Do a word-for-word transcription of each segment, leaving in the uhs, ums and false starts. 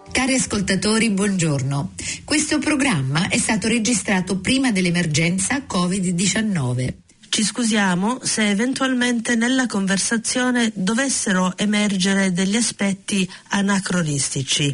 Cari ascoltatori, buongiorno. Questo programma è stato registrato prima dell'emergenza covid diciannove. Ci scusiamo se eventualmente nella conversazione dovessero emergere degli aspetti anacronistici.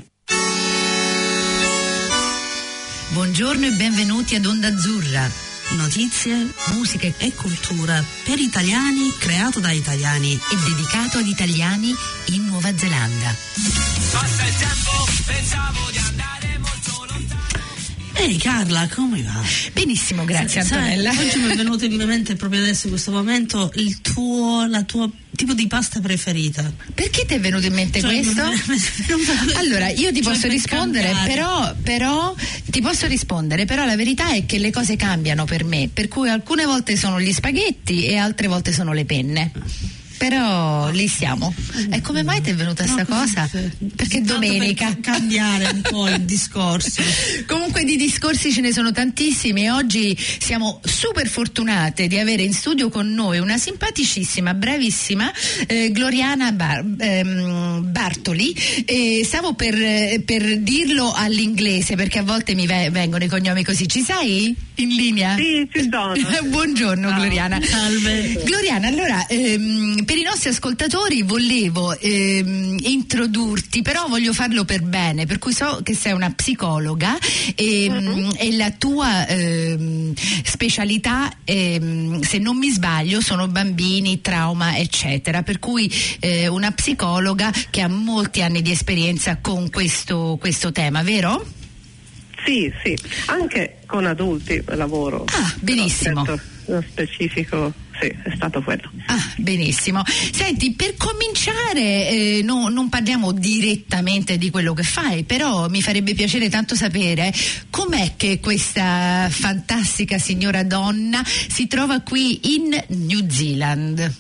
Buongiorno e benvenuti ad Onda Azzurra. Notizie, musica e cultura per italiani, creato da italiani e dedicato ad italiani in Nuova Zelanda. Passa il tempo, pensavo di andare molto lontano. Ehi Carla, come va? Benissimo, grazie Sai, Antonella. Oggi mi è venuto in mente proprio adesso, in questo momento, il tuo, la tua tipo di pasta preferita. Perché ti è venuto in mente cioè, questo? Allora, io ti cioè, posso per rispondere, cambiare. però, però ti posso rispondere, però la verità è che le cose cambiano per me, per cui alcune volte sono gli spaghetti e altre volte sono le penne. Però lì siamo. E come mai ti è venuta sta no, cosa? Perché è domenica. Per cambiare un po' il discorso. Comunque di discorsi ce ne sono tantissimi e oggi siamo super fortunate di avere in studio con noi una simpaticissima, bravissima eh, Gloriana Bar- ehm, Bartoli. E stavo per, per dirlo all'inglese perché a volte mi ve- vengono i cognomi così. Ci sei? In linea? Sì, ci sono. Buongiorno. Ciao. Gloriana. Salve. Gloriana, allora ehm, per i nostri ascoltatori volevo ehm, introdurti, però voglio farlo per bene, per cui so che sei una psicologa e, uh-huh. e la tua ehm, specialità, ehm, se non mi sbaglio, sono bambini, trauma, eccetera, per cui eh, una psicologa che ha molti anni di esperienza con questo, questo tema, vero? Sì, sì, anche con adulti lavoro. Ah, benissimo. Però, certo, lo specifico, sì, è stato quello. Ah, benissimo. Senti, per cominciare, eh, no, non parliamo direttamente di quello che fai, però mi farebbe piacere tanto sapere com'è che questa fantastica signora donna si trova qui in New Zealand.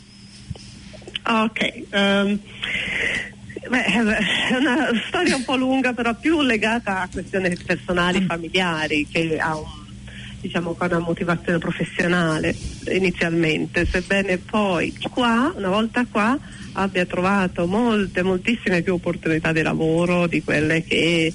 Ok, um, beh, è una storia un po' lunga, però più legata a questioni personali, familiari, che a un, diciamo, con una motivazione professionale inizialmente, sebbene poi qua, una volta qua, abbia trovato molte, moltissime più opportunità di lavoro di quelle che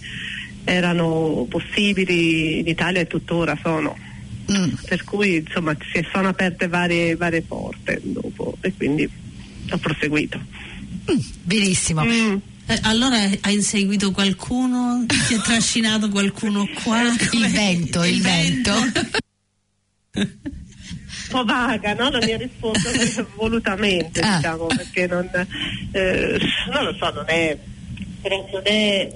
erano possibili in Italia e tuttora sono. Mm. Per cui insomma si sono aperte varie, varie porte dopo e quindi ho proseguito. Mm, benissimo. Mm. Eh, allora hai inseguito qualcuno? Ti ha trascinato qualcuno qua? Il vento, il, il vento. vento. Un po' vaga, no? La mia risposta volutamente, ah. diciamo, perché non, eh, non lo so, non è, non è,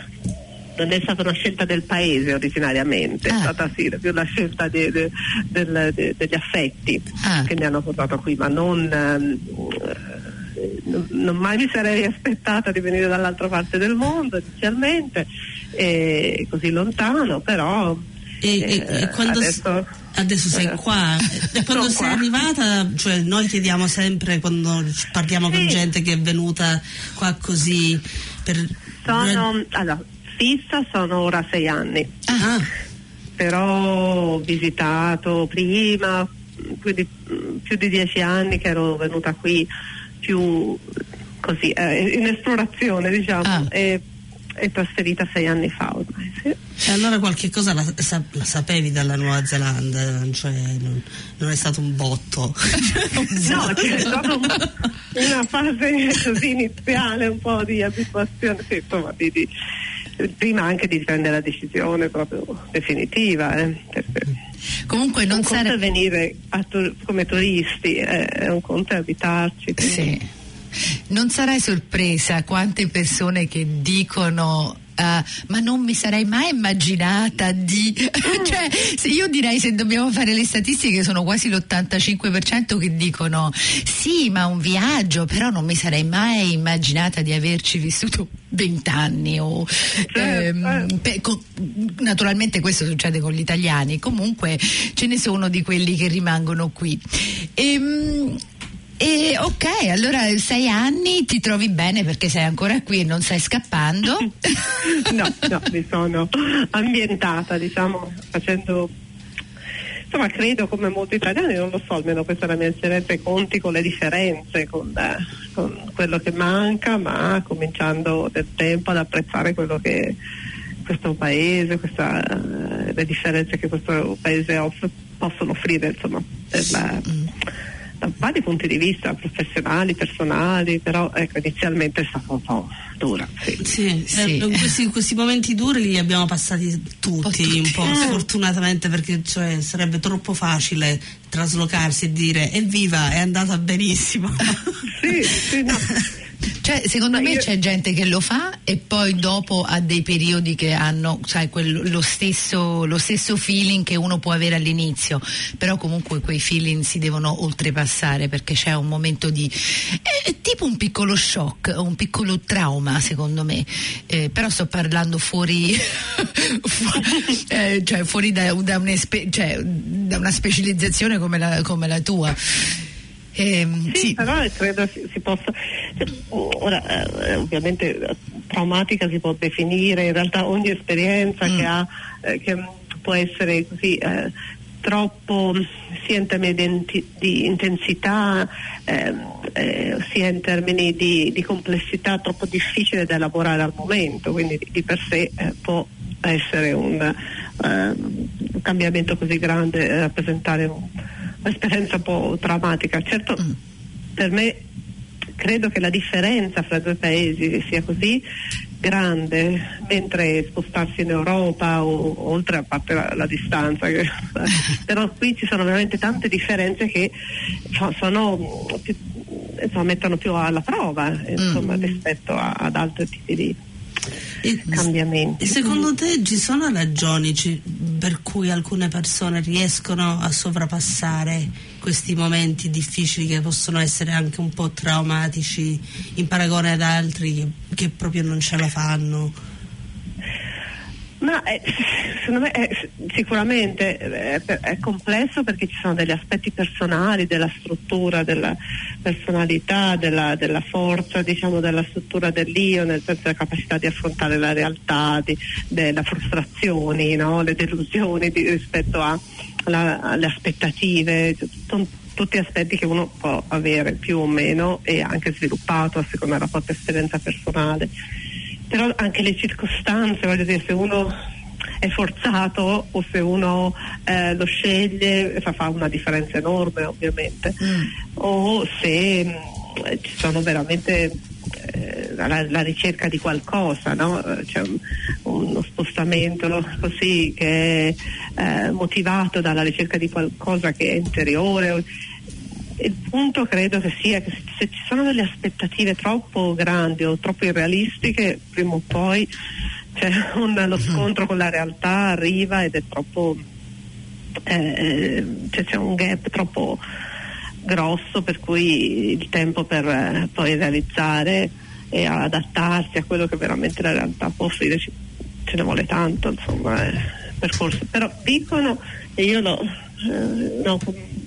non è stata una scelta del paese originariamente, ah. è stata sì, più la scelta de, de, del, de, degli affetti ah. che mi hanno portato qui, ma non... Eh, Non, non mai mi sarei aspettata di venire dall'altra parte del mondo inizialmente, eh, così lontano, però e, eh, e quando adesso, adesso sei eh, qua e quando sei qua. arrivata, cioè noi chiediamo sempre quando parliamo sì. con gente che è venuta qua così per sono allora fissa sono ora sei anni ah. però ho visitato prima, quindi più di dieci anni che ero venuta qui, più così eh, in esplorazione, diciamo, ah. e è trasferita sei anni fa ormai, sì. E allora qualche cosa la, la sapevi dalla Nuova Zelanda, cioè non, non è stato un botto? No, c'è stata un, una fase così iniziale, un po' di abituazione, sì, insomma, di, di, prima anche di prendere la decisione proprio definitiva, eh, perché comunque non un sare... conto è venire a tur- come turisti, eh, è un conto è abitarci. Sì. Non sarai sorpresa quante persone che dicono Uh, ma non mi sarei mai immaginata di mm. cioè se io direi, se dobbiamo fare le statistiche, sono quasi l'ottantacinque per cento che dicono sì, ma un viaggio, però non mi sarei mai immaginata di averci vissuto vent'anni o ehm, pe- co- naturalmente questo succede con gli italiani, comunque ce ne sono di quelli che rimangono qui. ehm E ok, allora sei anni, ti trovi bene perché sei ancora qui e non stai scappando? No, no, mi sono ambientata, diciamo, facendo insomma credo, come molti italiani, non lo so, almeno questa è la mia esperienza, i conti con le differenze, con, eh, con quello che manca, ma cominciando nel tempo ad apprezzare quello che questo paese, questa, eh, le differenze che questo paese offre, possono offrire, insomma, per la, da vari punti di vista, professionali, personali, però ecco, inizialmente è stato un po' dura. Sì, sì, sì. Eh, questi, questi momenti duri li abbiamo passati tutti, tutti. un po' Mm. sfortunatamente, perché cioè, sarebbe troppo facile traslocarsi e dire evviva, è andata benissimo. sì, sì, no. Cioè, secondo Ma me io- c'è gente che lo fa e poi dopo ha dei periodi che hanno, sai, quel- lo, stesso, lo stesso feeling che uno può avere all'inizio, però comunque quei feeling si devono oltrepassare, perché c'è un momento di è tipo un piccolo shock, un piccolo trauma, secondo me. Eh, però sto parlando fuori fu- eh, cioè fuori da, da, un'espe- cioè, da una specializzazione come la, come la tua. Ehm, Sì, sì. però credo si, si possa, cioè, ora eh, ovviamente eh, traumatica si può definire, in realtà ogni esperienza Mm. che ha eh, che può essere così eh, troppo, sia in termini di, enti- di intensità ehm, eh, sia in termini di, di complessità, troppo difficile da elaborare al momento, quindi di, di per sé eh, può essere un, eh, un cambiamento così grande, eh, rappresentare un un'esperienza un po' traumatica. Certo, Mm. per me credo che la differenza fra i due paesi sia così grande, mentre spostarsi in Europa o oltre, a parte la, la distanza, che, però qui ci sono veramente tante differenze che so- sono più, insomma, mettono più alla prova, insomma, Mm. rispetto a, ad altri tipi di E, cambiamenti. e secondo te ci sono ragioni ci- per cui alcune persone riescono a sovrappassare questi momenti difficili, che possono essere anche un po' traumatici in paragone ad altri che, che proprio non ce la fanno? Ma eh, secondo me è, sicuramente è, è complesso, perché ci sono degli aspetti personali della struttura, della personalità, della, della forza, diciamo, della struttura dell'io, nel senso della capacità di affrontare la realtà, di, delle frustrazioni, no? Le delusioni di, rispetto a, alla, alle aspettative, sono tutti aspetti che uno può avere più o meno e anche sviluppato a seconda della propria esperienza personale. Però anche le circostanze, voglio dire, se uno è forzato o se uno eh, lo sceglie, fa, fa una differenza enorme, ovviamente. Mm. O se mh, ci sono veramente eh, la, la ricerca di qualcosa, no? C'è un, uno spostamento, no? Così, che è eh, motivato dalla ricerca di qualcosa che è interiore. Il punto credo che sia che se ci sono delle aspettative troppo grandi o troppo irrealistiche, prima o poi c'è un, lo scontro con la realtà arriva ed è troppo eh, cioè c'è un gap troppo grosso, per cui il tempo per eh, poi realizzare e adattarsi a quello che veramente la realtà può offrire ce ne vuole tanto, insomma, eh, percorso. Però dicono, e io lo eh, no,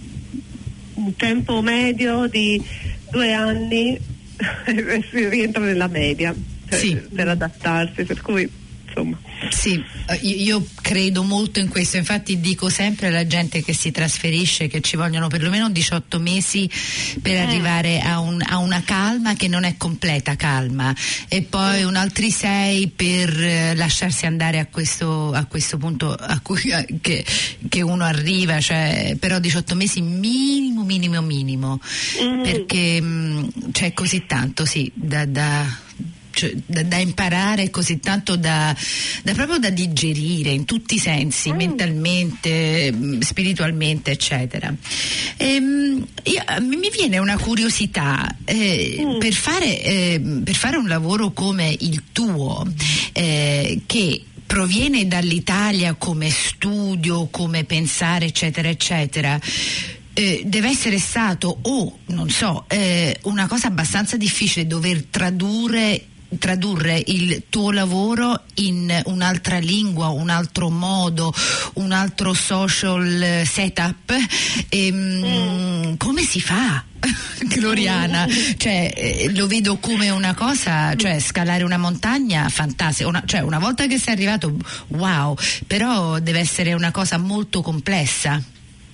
un tempo medio di due anni si rientra nella media per, Sì. per adattarsi, per cui insomma. Sì, eh, io io credo molto in questo, infatti dico sempre alla gente che si trasferisce che ci vogliono perlomeno diciotto mesi per Eh. arrivare a, un, a una calma che non è completa calma, e poi un altri sei per eh, lasciarsi andare a questo, a questo punto a cui, a, che, che uno arriva, cioè, però diciotto mesi minimo minimo minimo, Mm. perché mh, c'è così tanto sì da, da Cioè, da, da imparare, così tanto da, da proprio da digerire in tutti i sensi, Mm. mentalmente, mh, spiritualmente, eccetera. Ehm, io, mi viene una curiosità eh, Mm. per fare eh, per fare un lavoro come il tuo, eh, che proviene dall'Italia come studio, come pensare, eccetera, eccetera. Eh, deve essere stato, o non so, eh, una cosa abbastanza difficile dover tradurre tradurre il tuo lavoro in un'altra lingua, un altro modo, un altro social setup. Ehm, Mm. Come si fa? Gloriana, cioè, eh, lo vedo come una cosa, cioè scalare una montagna fantastica, una, cioè una volta che sei arrivato wow, però deve essere una cosa molto complessa.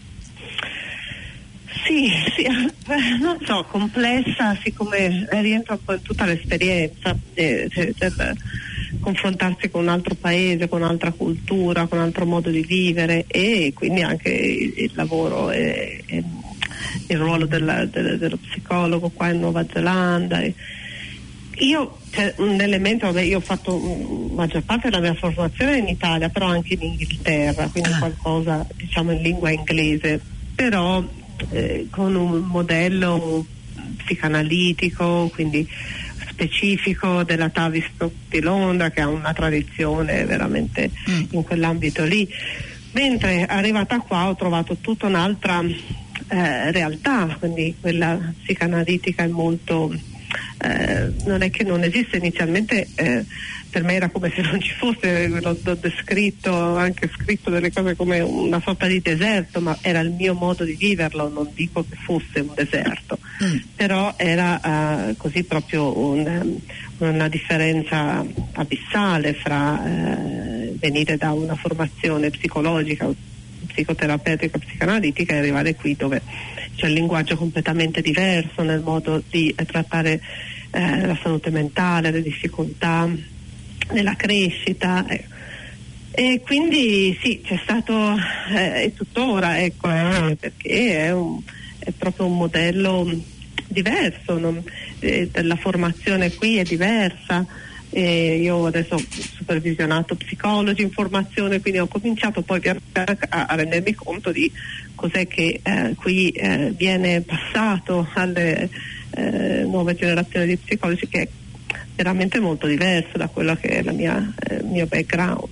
Sì, sì, eh, non so, complessa, siccome rientra un po' in tutta l'esperienza eh, del, del confrontarsi con un altro paese, con un'altra cultura, con un altro modo di vivere, e quindi anche il, il lavoro e, e il ruolo della, del, dello psicologo qua in Nuova Zelanda. E io, c'è un elemento, vabbè, io ho fatto um, maggior parte della mia formazione in Italia, però anche in Inghilterra, quindi ah. qualcosa diciamo in lingua inglese, però eh, con un modello psicanalitico, quindi specifico della Tavistock di Londra, che ha una tradizione veramente mm. in quell'ambito lì. Mentre arrivata qua ho trovato tutta un'altra eh, realtà, quindi quella psicanalitica è molto eh, non è che non esiste inizialmente, eh, per me era come se non ci fosse, l'ho, l'ho descritto, anche scritto delle cose come una sorta di deserto, ma era il mio modo di viverlo, non dico che fosse un deserto, mm. però era uh, così proprio un, una differenza abissale fra uh, venire da una formazione psicologica, psicoterapeutica, psicanalitica, e arrivare qui dove c'è un linguaggio completamente diverso nel modo di eh, trattare eh, la salute mentale, le difficoltà nella crescita, eh. E quindi sì, c'è stato eh, e tuttora, ecco, eh, perché è, un, è proprio un modello diverso, non, eh, la formazione qui è diversa. E io adesso ho supervisionato psicologi in formazione, quindi ho cominciato poi a, a rendermi conto di cos'è che eh, qui eh, viene passato alle eh, nuove generazioni di psicologi, che è veramente molto diverso da quello che è la mia, eh, il mio background.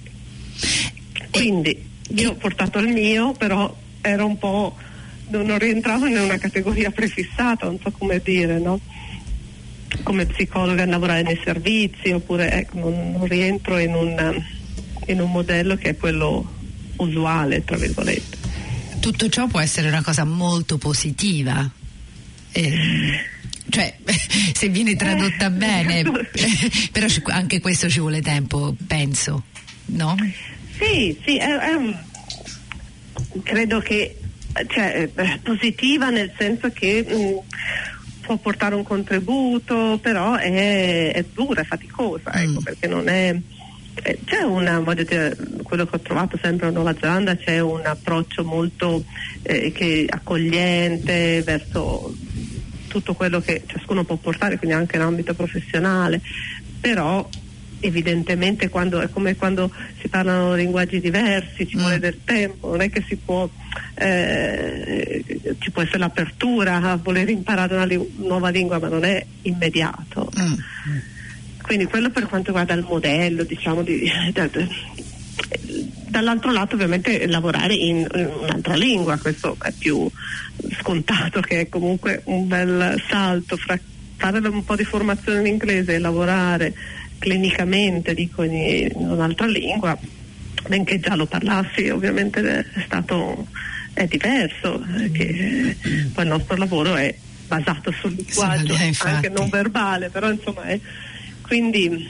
Quindi io ho portato il mio, però era un po', non rientravo in una categoria prefissata, non so come dire, no? Come psicologa a lavorare nei servizi, oppure ecco, non, non rientro in un, in un modello che è quello usuale, tra virgolette. Tutto ciò può essere una cosa molto positiva, eh, cioè se viene tradotta eh, bene, però anche questo ci vuole tempo, penso, no? Sì, sì, è, è un, credo che cioè, è positiva nel senso che mh, può portare un contributo, però è, è dura, è faticosa, ecco, mm. perché non è, è c'è una, voglio dire, quello che ho trovato sempre in Nuova Zelanda, c'è un approccio molto eh, che accogliente verso tutto quello che ciascuno può portare, quindi anche in ambito professionale, però evidentemente quando è come quando si parlano linguaggi diversi, ci mm. vuole del tempo, non è che si può eh, ci può essere l'apertura a voler imparare una li- nuova lingua, ma non è immediato. Mm. Quindi quello per quanto riguarda il modello, diciamo, di, da, da, dall'altro lato ovviamente lavorare in, in un'altra lingua, questo è più scontato, che è comunque un bel salto fra fare un po' di formazione in inglese e lavorare clinicamente, dico, in un'altra lingua, benché già lo parlassi, ovviamente è stato è diverso, che poi il nostro lavoro è basato sul linguaggio, sì, anche non verbale, però insomma è, quindi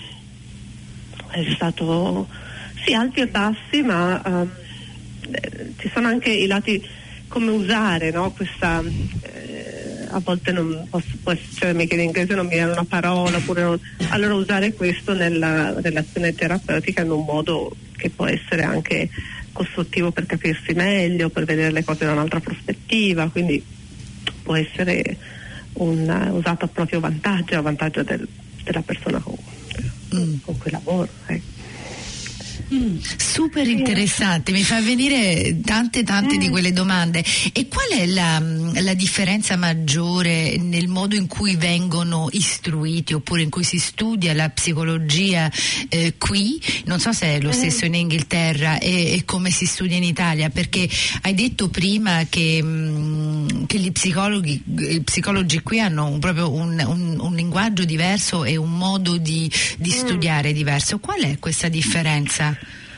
è stato sì, alti e bassi, ma um, eh, ci sono anche i lati, come usare, no, questa eh, a volte non posso, può essere, mica in inglese non mi viene una parola, oppure non, allora usare questo nella relazione terapeutica in un modo che può essere anche costruttivo per capirsi meglio, per vedere le cose da un'altra prospettiva, quindi può essere un, usato a proprio vantaggio, a vantaggio del, della persona con, mm. con cui lavoro, ecco. Mm, super interessante, mi fa venire tante tante mm. di quelle domande. E qual è la, la differenza maggiore nel modo in cui vengono istruiti, oppure in cui si studia la psicologia eh, qui? Non so se è lo stesso in Inghilterra e, e come si studia in Italia, perché hai detto prima che, mh, che gli psicologi, i psicologi qui hanno un, proprio un, un, un linguaggio diverso e un modo di, di mm. studiare diverso. Qual è questa differenza?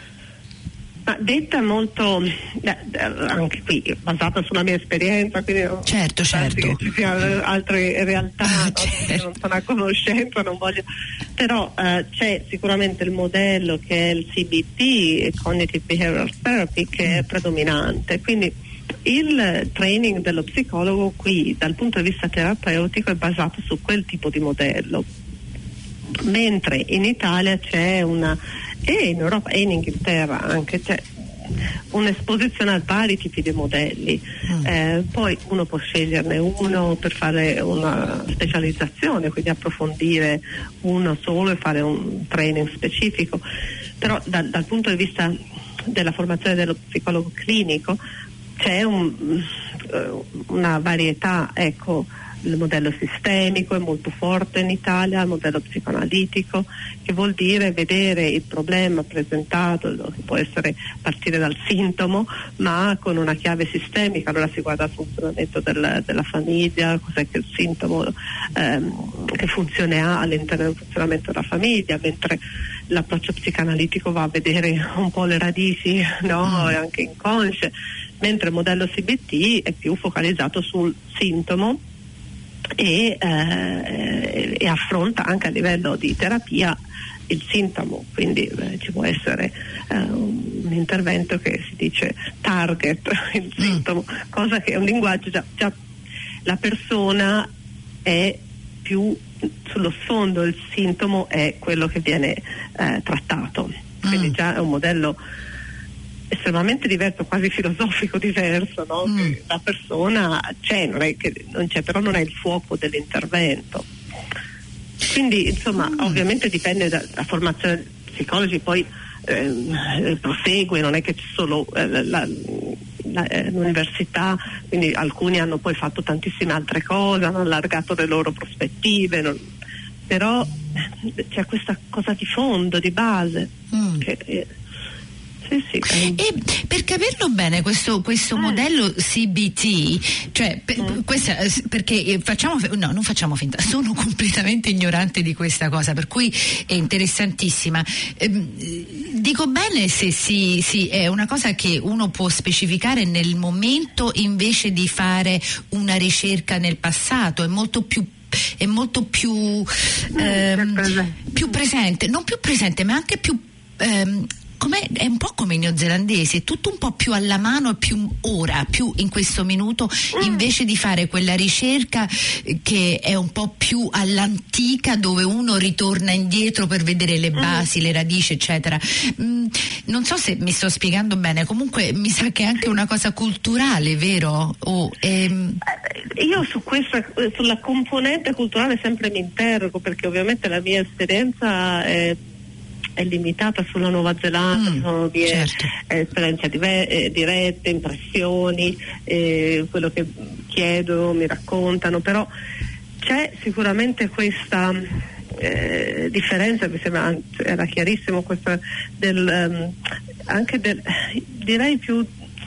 Ma detta molto, eh, anche qui basata sulla mia esperienza, quindi certo, certo. che ci siano altre realtà, ah, no? certo. Non sono a conoscenza, non voglio, però eh, c'è sicuramente il modello che è il C B T, Cognitive Behavioral Therapy, che è predominante, quindi Il training dello psicologo qui dal punto di vista terapeutico è basato su quel tipo di modello, mentre in Italia c'è una, e in Europa e in Inghilterra anche, c'è un'esposizione a vari tipi di modelli. Mm. Eh, poi uno può sceglierne uno per fare una specializzazione, quindi approfondire uno solo e fare un training specifico, però da, dal punto di vista della formazione dello psicologo clinico c'è un, una varietà, ecco. Il modello sistemico è molto forte in Italia, il modello psicoanalitico, che vuol dire vedere il problema presentato, che può essere partire dal sintomo, ma con una chiave sistemica. Allora si guarda il funzionamento del, della famiglia, cos'è che il sintomo, ehm, che funzione ha all'interno del funzionamento della famiglia, mentre l'approccio psicoanalitico va a vedere un po' le radici, no? E anche inconsce, mentre il modello C B T è più focalizzato sul sintomo e, eh, e affronta anche a livello di terapia il sintomo, quindi eh, ci può essere eh, un intervento che si dice target il sintomo, mm. cosa che è un linguaggio già, già la persona è più sullo sfondo, il sintomo è quello che viene eh, trattato, quindi mm. già è un modello estremamente diverso, quasi filosofico diverso, no? Mm. Che la persona c'è, non è che non c'è, però non è il fuoco dell'intervento. Quindi insomma mm. ovviamente dipende da, da formazione psicologi, poi eh, prosegue, non è che c'è solo eh, la, la, eh, l'università, quindi alcuni hanno poi fatto tantissime altre cose, hanno allargato le loro prospettive, non, però c'è questa cosa di fondo, di base mm. che eh, Sì, sì. E per capirlo bene questo, questo eh. modello C B T, cioè per, mm. questa, perché facciamo no non facciamo finta, sono completamente ignorante di questa cosa, per cui è interessantissima. Ehm, dico bene se sì, sì, è una cosa che uno può specificare nel momento invece di fare una ricerca nel passato, è molto più è molto più ehm, più presente, non più presente ma anche più ehm, Com'è, è un po' come i neozelandesi, è tutto un po' più alla mano e più ora, più in questo minuto, invece di fare quella ricerca che è un po' più all'antica, dove uno ritorna indietro per vedere le basi, le radici, eccetera. Mm, non so se mi sto spiegando bene, comunque mi sa che è anche una cosa culturale, vero? Oh, ehm... Io su questa, sulla componente culturale sempre mi interrogo, perché ovviamente la mia esperienza è è limitata sulla Nuova Zelanda, mm, sono mie certo. eh, esperienze dive- eh, dirette, impressioni, eh, quello che chiedo, mi raccontano, però c'è sicuramente questa eh, differenza, mi sembra, era chiarissimo, questa del, um, anche del, direi più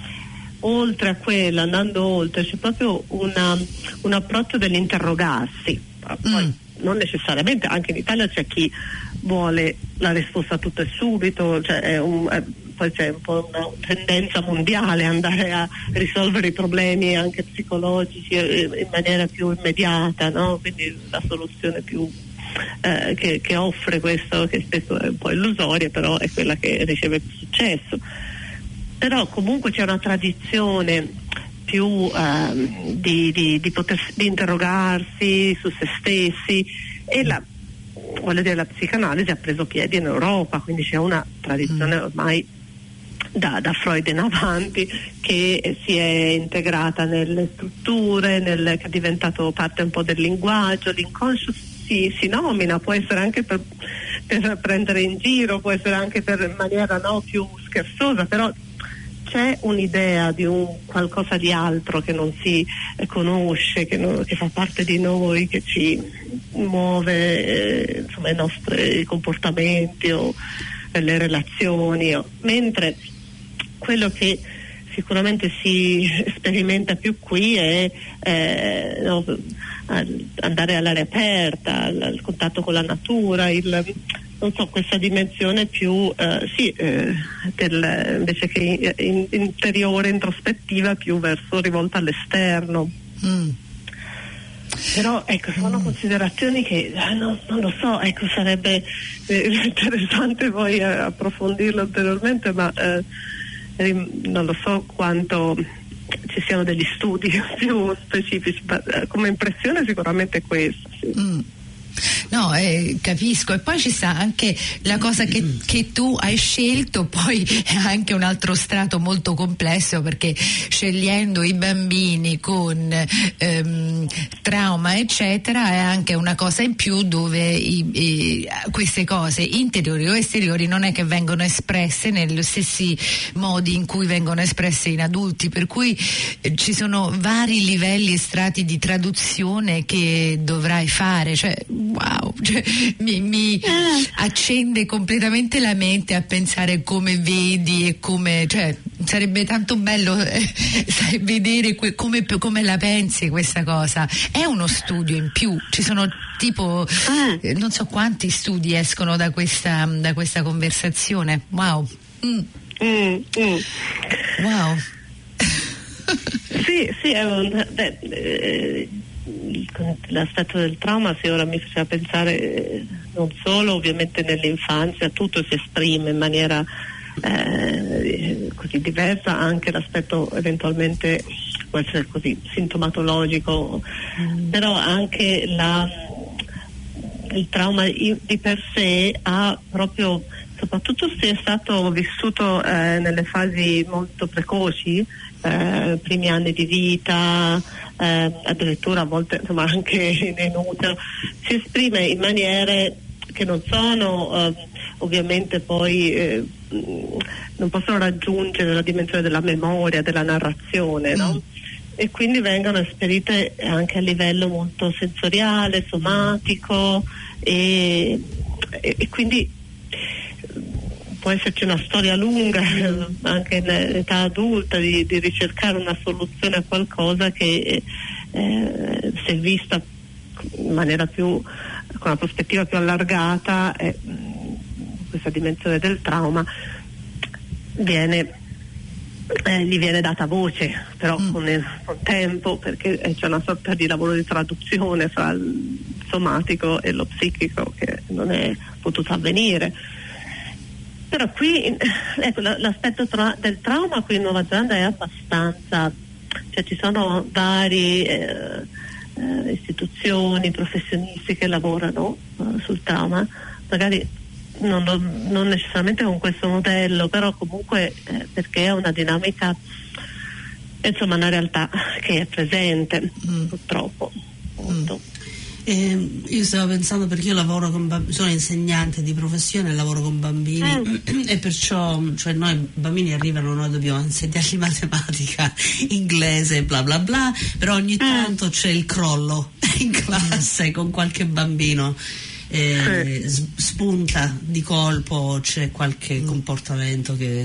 oltre a quella, andando oltre, c'è proprio una, un approccio dell'interrogarsi, poi mm. non necessariamente, anche in Italia c'è chi vuole la risposta tutto e subito, cioè è un, è, poi c'è un po' una tendenza mondiale andare a risolvere i problemi anche psicologici in maniera più immediata, no? Quindi la soluzione più eh, che, che offre questo, che spesso è un po' illusoria, però è quella che riceve più successo. Però comunque c'è una tradizione più ehm, di, di, di, poter, di interrogarsi su se stessi, e la voglio dire, la psicanalisi ha preso piedi in Europa, quindi c'è una tradizione ormai da, da Freud in avanti che si è integrata nelle strutture, nel, che è diventato parte un po' del linguaggio, l'inconscio si, si nomina, può essere anche per, per prendere in giro, può essere anche per in maniera no, più scherzosa, però c'è un'idea di un qualcosa di altro che non si eh, conosce, che, no, che fa parte di noi, che ci muove eh, insomma, i nostri comportamenti o eh, le relazioni, o, mentre quello che sicuramente si sperimenta più qui è eh, no, andare all'aria aperta, il contatto con la natura, il non so, questa dimensione più eh, sì, eh, del, invece che in, interiore, introspettiva, più verso rivolta all'esterno. Mm. Però ecco, sono mm. considerazioni che eh, no, non lo so, ecco, sarebbe eh, interessante poi eh, approfondirlo ulteriormente, ma eh, non lo so quanto ci siano degli studi più specifici, ma come impressione sicuramente questo. Sì. Mm. No, eh, capisco. E poi ci sta anche la cosa che, che tu hai scelto, poi è anche un altro strato molto complesso, perché scegliendo i bambini con ehm, trauma eccetera è anche una cosa in più, dove i, i, queste cose interiori o esteriori non è che vengono espresse negli stessi modi in cui vengono espresse in adulti, per cui eh, ci sono vari livelli e strati di traduzione che dovrai fare, cioè wow, cioè, mi, mi accende completamente la mente a pensare come vedi e come, cioè sarebbe tanto bello eh, vedere que, come, come la pensi questa cosa. È uno studio in più, ci sono tipo eh, non so quanti studi escono da questa, da questa conversazione. Wow. Mm. Mm, mm. Wow. Sì, sì, è un, beh, eh, l'aspetto del trauma, sì, ora mi faceva pensare eh, non solo ovviamente nell'infanzia, tutto si esprime in maniera eh, così diversa, anche l'aspetto eventualmente può essere così sintomatologico, mm. però anche la, il trauma di per sé ha proprio, soprattutto se è stato vissuto eh, nelle fasi molto precoci, eh, primi anni di vita, eh, addirittura a volte insomma anche in utero, si esprime in maniere che non sono eh, ovviamente poi eh, non possono raggiungere la dimensione della memoria, della narrazione, no? Mm. E quindi vengono esperite anche a livello molto sensoriale, somatico e, e, e quindi può esserci una storia lunga anche in età adulta di, di ricercare una soluzione a qualcosa che eh, se vista in maniera più, con una prospettiva più allargata, eh, questa dimensione del trauma viene eh, gli viene data voce, però mm. con, il, con tempo, perché c'è una sorta di lavoro di traduzione fra il somatico e lo psichico che non è potuto avvenire. Però qui ecco, l'aspetto tra- del trauma qui in Nuova Zelanda è abbastanza, cioè ci sono vari eh, eh, istituzioni, professionisti che lavorano eh, sul trauma, magari non, non necessariamente con questo modello, però comunque eh, perché è una dinamica, insomma una realtà che è presente mm. purtroppo. Molto. Mm. Eh, io stavo pensando, perché io lavoro con bambini, sono insegnante di professione e lavoro con bambini mm. e perciò, cioè noi bambini arrivano, noi dobbiamo insegnargli matematica, inglese, bla bla bla, però ogni mm. tanto c'è il crollo in classe con qualche bambino, eh, sì. spunta di colpo, c'è qualche mm. comportamento che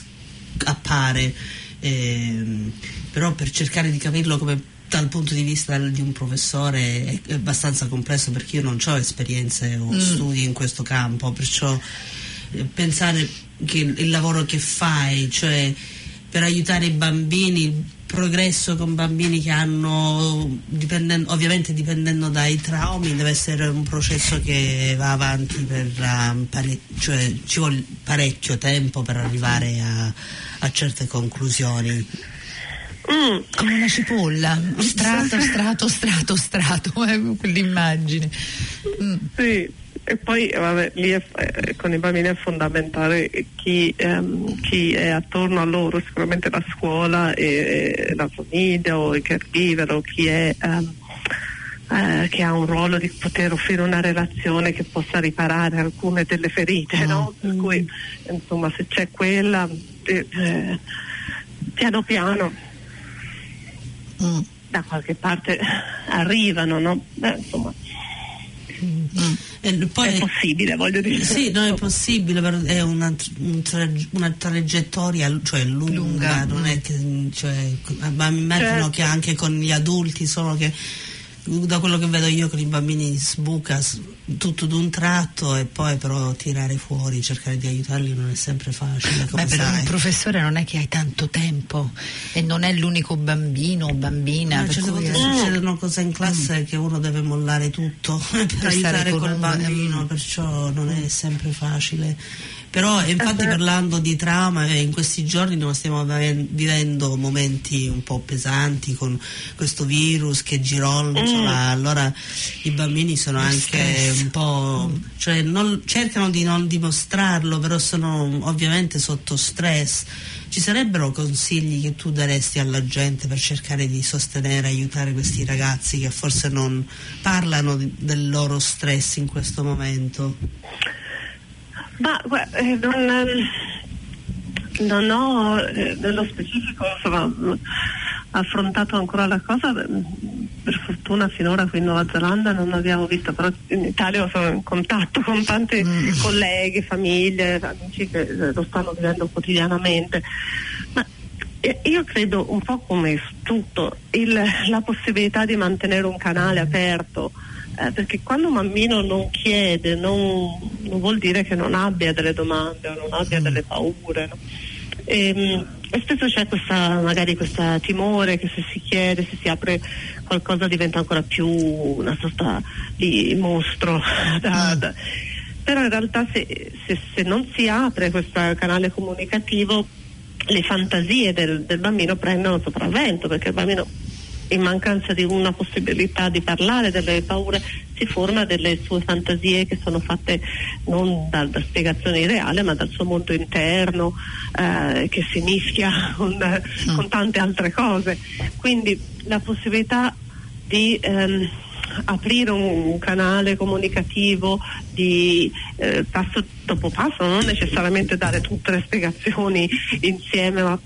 appare, eh, però per cercare di capirlo come dal punto di vista di un professore è abbastanza complesso, perché io non ho esperienze o mm. studi in questo campo, perciò pensare che il lavoro che fai, cioè per aiutare i bambini, il progresso con bambini che hanno, dipendendo, ovviamente dipendendo dai traumi, deve essere un processo che va avanti per um, pare- cioè ci vuole parecchio tempo per arrivare a, a certe conclusioni. Mm. Come una cipolla, strato, strato, strato, strato, eh, quell'immagine. Mm. Sì, e poi vabbè, lì è, eh, con i bambini è fondamentale chi, ehm, chi è attorno a loro, sicuramente la scuola e, e la famiglia o il caregiver o chi è ehm, eh, che ha un ruolo di poter offrire una relazione che possa riparare alcune delle ferite, mm. no? Per cui insomma se c'è quella eh, eh, piano piano Mm. da qualche parte arrivano, no? Beh, insomma mm. e poi è possibile, voglio dire. Sì, no, è possibile, però è una, un tra, una traiettoria, cioè lunga, lunga. Non è che, cioè, ma mi immagino certo. che anche con gli adulti, solo che da quello che vedo io con i bambini sbuca tutto d'un tratto, e poi però tirare fuori, cercare di aiutarli non è sempre facile. Beh, per un professore non è che hai tanto tempo e non è l'unico bambino o bambina. No, certe volte è... succedono cose in classe mm. che uno deve mollare tutto per, per aiutare col bambino, mm. perciò non è sempre facile. Però infatti parlando di trauma, in questi giorni noi stiamo vivendo momenti un po' pesanti con questo virus che gironzola, mm. allora i bambini sono Lo anche stress. un po', cioè non, cercano di non dimostrarlo, però sono ovviamente sotto stress. Ci sarebbero consigli che tu daresti alla gente per cercare di sostenere, aiutare questi ragazzi che forse non parlano di, del loro stress in questo momento? Ma eh, non, non ho eh, nello specifico insomma, affrontato ancora la cosa. Per fortuna finora qui in Nuova Zelanda non abbiamo visto, però in Italia sono in contatto con tanti mm. colleghi, famiglie, amici che lo stanno vivendo quotidianamente. Ma io credo un po' come tutto, il, la possibilità di mantenere un canale aperto, eh, perché quando un bambino non chiede non, non vuol dire che non abbia delle domande o non abbia delle paure, no? E, e spesso c'è questa magari questa timore che se si chiede, se si apre qualcosa diventa ancora più una sorta di mostro da, da. Però in realtà se, se, se non si apre questo canale comunicativo le fantasie del, del bambino prendono sopravvento, perché il bambino in mancanza di una possibilità di parlare delle paure si forma delle sue fantasie che sono fatte non da, da spiegazioni reali ma dal suo mondo interno, eh, che si mischia con, mm. con tante altre cose. Quindi la possibilità di ehm, aprire un, un canale comunicativo di eh, passo dopo passo, non necessariamente dare tutte le spiegazioni insieme, ma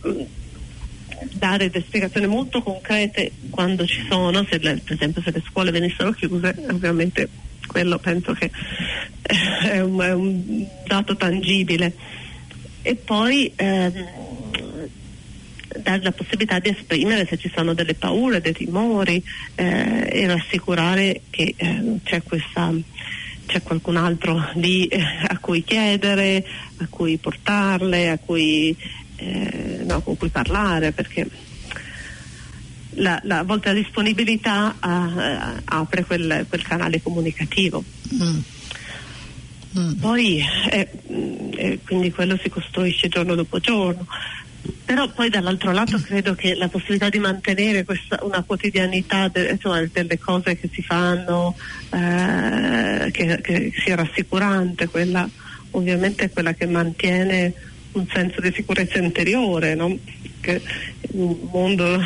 dare delle spiegazioni molto concrete quando ci sono, se le, per esempio se le scuole venissero chiuse, ovviamente quello penso che è un, è un dato tangibile. E poi ehm, dare la possibilità di esprimere se ci sono delle paure, dei timori, eh, e rassicurare che eh, c'è questa c'è qualcun altro lì eh, a cui chiedere, a cui portarle, a cui Eh, no, con cui parlare, perché la, la, a volte la disponibilità uh, apre quel, quel canale comunicativo. Mm. Mm. Poi eh, eh, quindi quello si costruisce giorno dopo giorno, però poi dall'altro lato credo che la possibilità di mantenere questa, una quotidianità de, insomma, delle cose che si fanno, eh, che, che sia rassicurante, quella ovviamente è quella che mantiene un senso di sicurezza interiore, no? Che il mondo,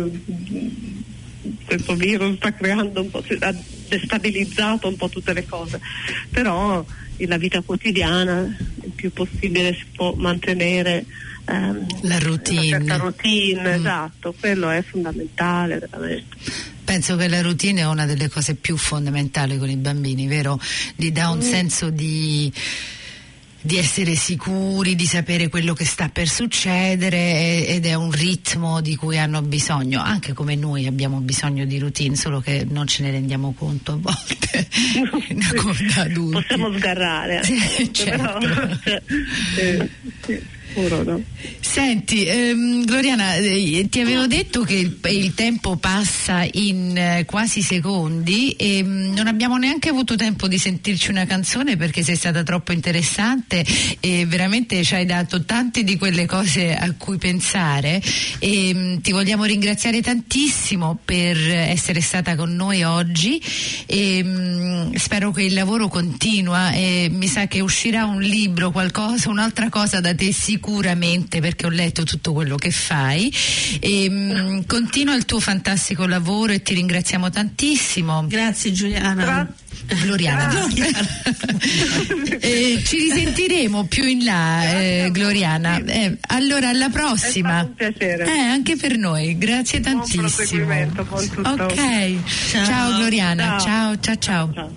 questo virus sta creando un po', ha destabilizzato un po' tutte le cose, però nella vita quotidiana il più possibile si può mantenere ehm, la routine, una certa routine, mm. esatto, quello è fondamentale veramente. Penso che la routine è una delle cose più fondamentali con i bambini, vero? Gli dà un mm. senso di di essere sicuri, di sapere quello che sta per succedere, ed è un ritmo di cui hanno bisogno, anche come noi abbiamo bisogno di routine, solo che non ce ne rendiamo conto a volte da adulti. Possiamo sgarrare, sì, certo. Però, cioè, eh, sì. No? Senti, ehm, Gloriana, eh, ti avevo detto che il, il tempo passa in eh, quasi secondi e mh, non abbiamo neanche avuto tempo di sentirci una canzone perché sei stata troppo interessante e veramente ci hai dato tante di quelle cose a cui pensare e mh, ti vogliamo ringraziare tantissimo per essere stata con noi oggi e mh, spero che il lavoro continua e mi sa che uscirà un libro, qualcosa, un'altra cosa da te sicuramente, perché ho letto tutto quello che fai e mh, continua il tuo fantastico lavoro e ti ringraziamo tantissimo. Grazie Giuliana. Gra- Gloriana, Gloriana. eh, ci risentiremo più in là, eh, Gloriana. Eh, allora alla prossima. È stato un piacere. Eh, anche per noi, grazie buon tantissimo. Buon tutto. Ok, ciao, ciao Gloriana, ciao ciao ciao. ciao.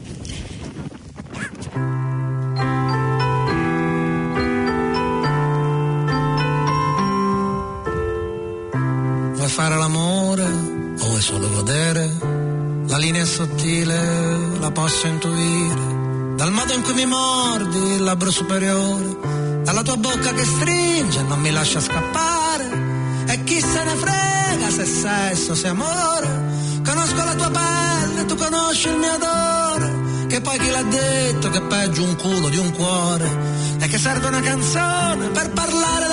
Vuoi fare l'amore o vuoi solo godere? La linea è sottile, la posso intuire. Dal modo in cui mi mordi il labbro superiore, dalla tua bocca che stringe e non mi lascia scappare. E chi se ne frega se sesso, se amore. Conosco la tua pelle, tu conosci il mio odore. Che poi chi l'ha detto che è peggio un culo di un cuore. e che serve una canzone per parlare